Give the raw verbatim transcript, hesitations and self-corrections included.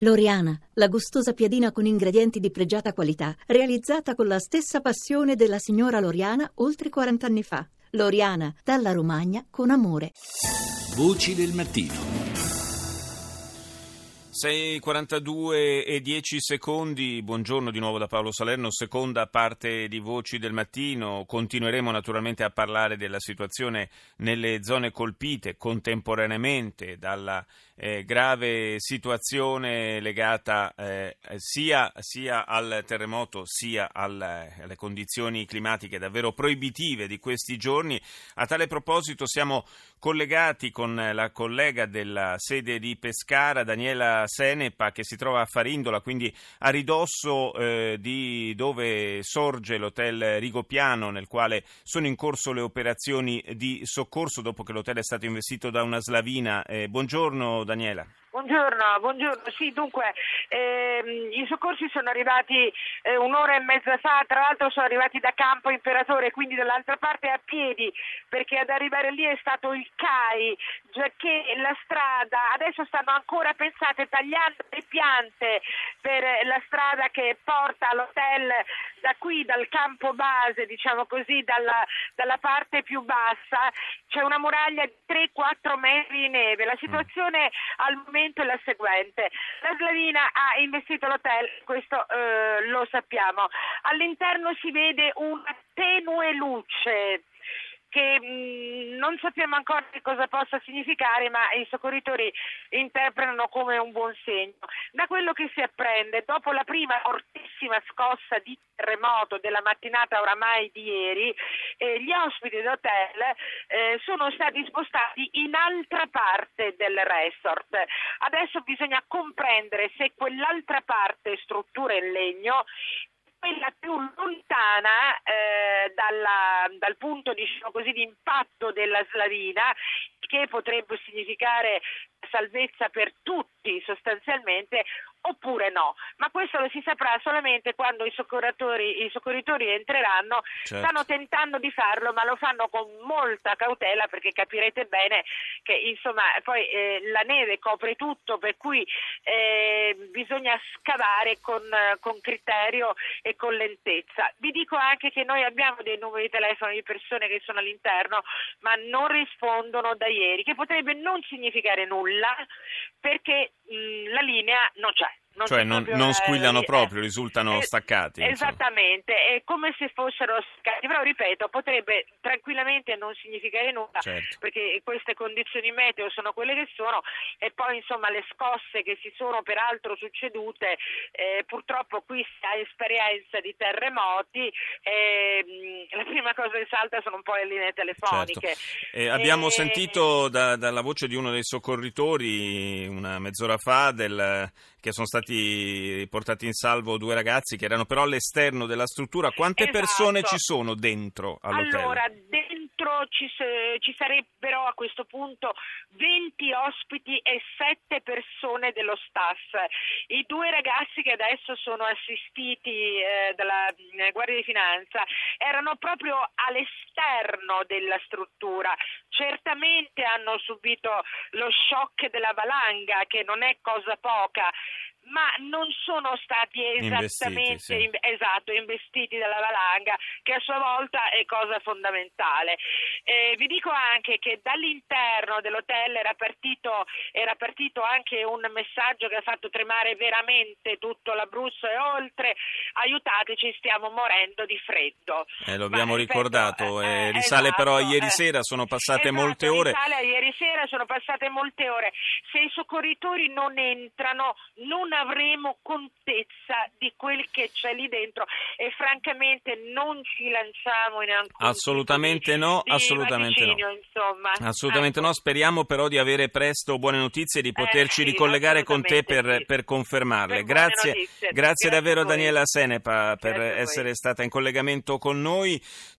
Loriana, la gustosa piadina con ingredienti di pregiata qualità, realizzata con la stessa passione della signora Loriana oltre quaranta anni fa. Loriana, dalla Romagna con amore. Voci del mattino. sei e quarantadue e dieci secondi, buongiorno di nuovo da Paolo Salerno, seconda parte di Voci del Mattino. Continueremo naturalmente a parlare della situazione nelle zone colpite contemporaneamente dalla eh, grave situazione legata eh, sia, sia al terremoto sia al, alle condizioni climatiche davvero proibitive di questi giorni. A tale proposito siamo collegati con la collega della sede di Pescara, Daniela Senepa, che si trova a Farindola, quindi a ridosso eh, di dove sorge l'hotel Rigopiano, nel quale sono in corso le operazioni di soccorso dopo che l'hotel è stato investito da una slavina. Eh, buongiorno Daniela. Buongiorno, buongiorno. Sì, dunque ehm, i soccorsi sono arrivati eh, un'ora e mezza fa, tra l'altro sono arrivati da Campo Imperatore, quindi dall'altra parte a piedi, perché ad arrivare lì è stato il C A I, giacché la strada, adesso stanno ancora, pensate, tagliando le piante per la strada che porta all'hotel da qui, dal campo base, diciamo così, dalla, dalla parte più bassa, c'è una muraglia di tre quattro metri di neve. La situazione al momento è la seguente: la slavina ha investito l'hotel, questo eh, lo sappiamo. All'interno si vede una tenue luce che mh, non sappiamo ancora che cosa possa significare, ma i soccorritori interpretano come un buon segno. Da quello che si apprende, dopo la prima fortissima scossa di terremoto della mattinata oramai di ieri, eh, gli ospiti d'hotel eh, sono stati spostati in altra parte del resort. Adesso bisogna comprendere se quell'altra parte, struttura in legno, quella più lontana eh, dalla, dal punto, diciamo così, di impatto della slavina, che potrebbe significare salvezza per tutti sostanzialmente, oppure no. Ma questo lo si saprà solamente quando i soccorritori, i soccorritori entreranno. Certo. Stanno tentando di farlo, ma lo fanno con molta cautela, perché capirete bene che insomma poi eh, la neve copre tutto, per cui eh, bisogna scavare con, con criterio e con lentezza. Vi dico anche che noi abbiamo dei numeri di telefono di persone che sono all'interno ma non rispondono da ieri, che potrebbe non significare nulla, perché mh, la linea non c'è. Non cioè non, non squillano eh, proprio, risultano eh, staccati. Esattamente, insomma. È come se fossero staccati, però ripeto, potrebbe tranquillamente non significare nulla, certo, perché queste condizioni meteo sono quelle che sono, e poi insomma le scosse che si sono peraltro succedute, eh, purtroppo qui si ha esperienza di terremoti, eh, la prima cosa che salta sono un po' le linee telefoniche. Certo. Eh, abbiamo e... sentito da, dalla voce di uno dei soccorritori una mezz'ora fa del... che sono stati portati in salvo due ragazzi che erano però all'esterno della struttura. Quante esatto. persone ci sono dentro all'hotel? Allora, dentro ci, ci sarebbero a questo punto venti ospiti e sette persone dello staff. I due ragazzi che adesso sono assistiti eh, dalla eh, Guardia di Finanza erano proprio all'esterno della struttura. Certamente hanno subito lo shock della valanga, che non è cosa poca, ma non sono stati esattamente investiti, sì. in, esatto, investiti dalla valanga, che a sua volta è cosa fondamentale. Eh, vi dico anche che dall'interno dell'hotel era partito, era partito anche un messaggio che ha fatto tremare veramente tutto l'Abruzzo e oltre: aiutateci, stiamo morendo di freddo. Eh, lo abbiamo ma, ricordato, ripeto, eh, eh, risale esatto, però a ieri eh, sera, sono passate esatto, molte ore. Risale a ieri sera, sono passate molte ore. Se i soccorritori non entrano, non avremo contezza di quel che c'è lì dentro, e francamente non ci lanciamo in alcun assolutamente tipo no, di, assolutamente di no. Insomma. Assolutamente ecco. no, speriamo però di avere presto buone notizie e di poterci eh, sì, ricollegare con te per, sì. per confermarle. Per grazie, notizie. grazie Grazie davvero Daniela Senepa per grazie essere stata in collegamento con noi.